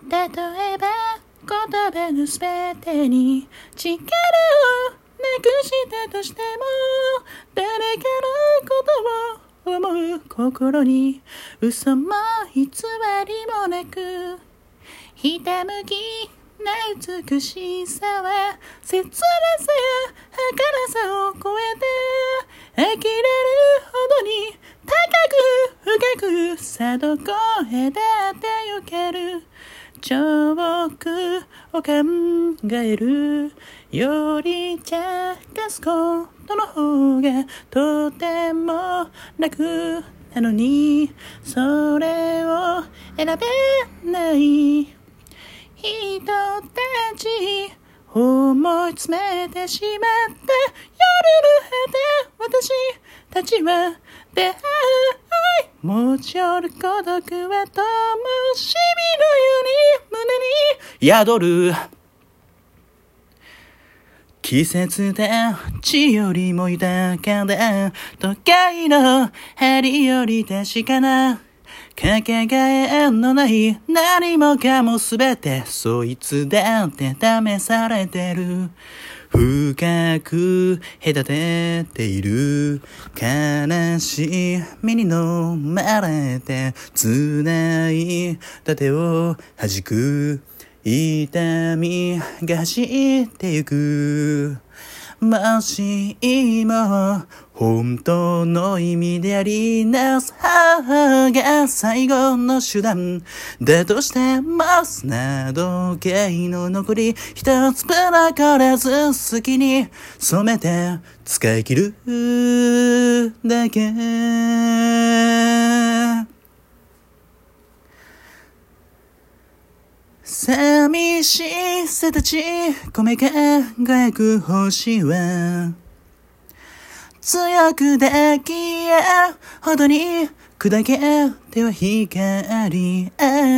例えば言葉のすべてに力をなくしたとしても、誰かのことを思う心に嘘も偽りもなく、ひたむきな美しさは切なさや儚さを超えて、呆れるほどに高く深くさどこへだって行ける。遠くを考えるより茶化すことの方がとても楽なのに、それを選べない人たち、思い詰めてしまった夜の果て、私たちは出会い持ち寄る孤独は灯火のように胸に宿る。季節で地よりも豊かで、都会の針より確かな、かけがえのない何もかもすべてそいつだって試されてる。深く隔てている悲しみに飲まれて、繋いだ手を弾く痛みが走ってゆく。もし今本当の意味でありなす母が最後の手段だとしても、砂時計の残り一つ分からず好きに染めて使い切るだけ。寂しさたち込め輝く星は強く抱き合うほどに砕けては光。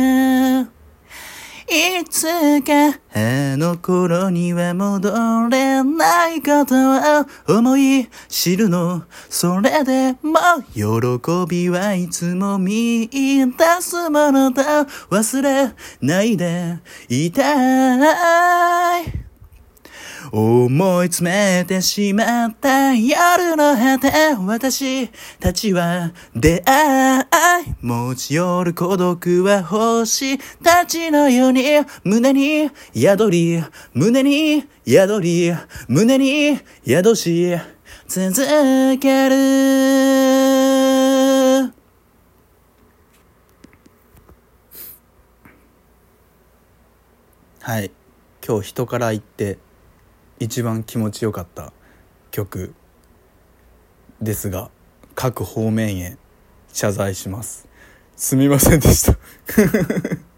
いつかあの頃には戻れないことを思い知るの。それでも喜びはいつも見出すものと忘れないでいたい。思い詰めてしまった夜の果て、私たちは出会い持ち寄る孤独は星たちのように胸に宿り、胸に宿り、胸に宿し続ける。はい、今日人から言って一番気持ちよかった曲ですが、各方面へ謝罪します。すみませんでした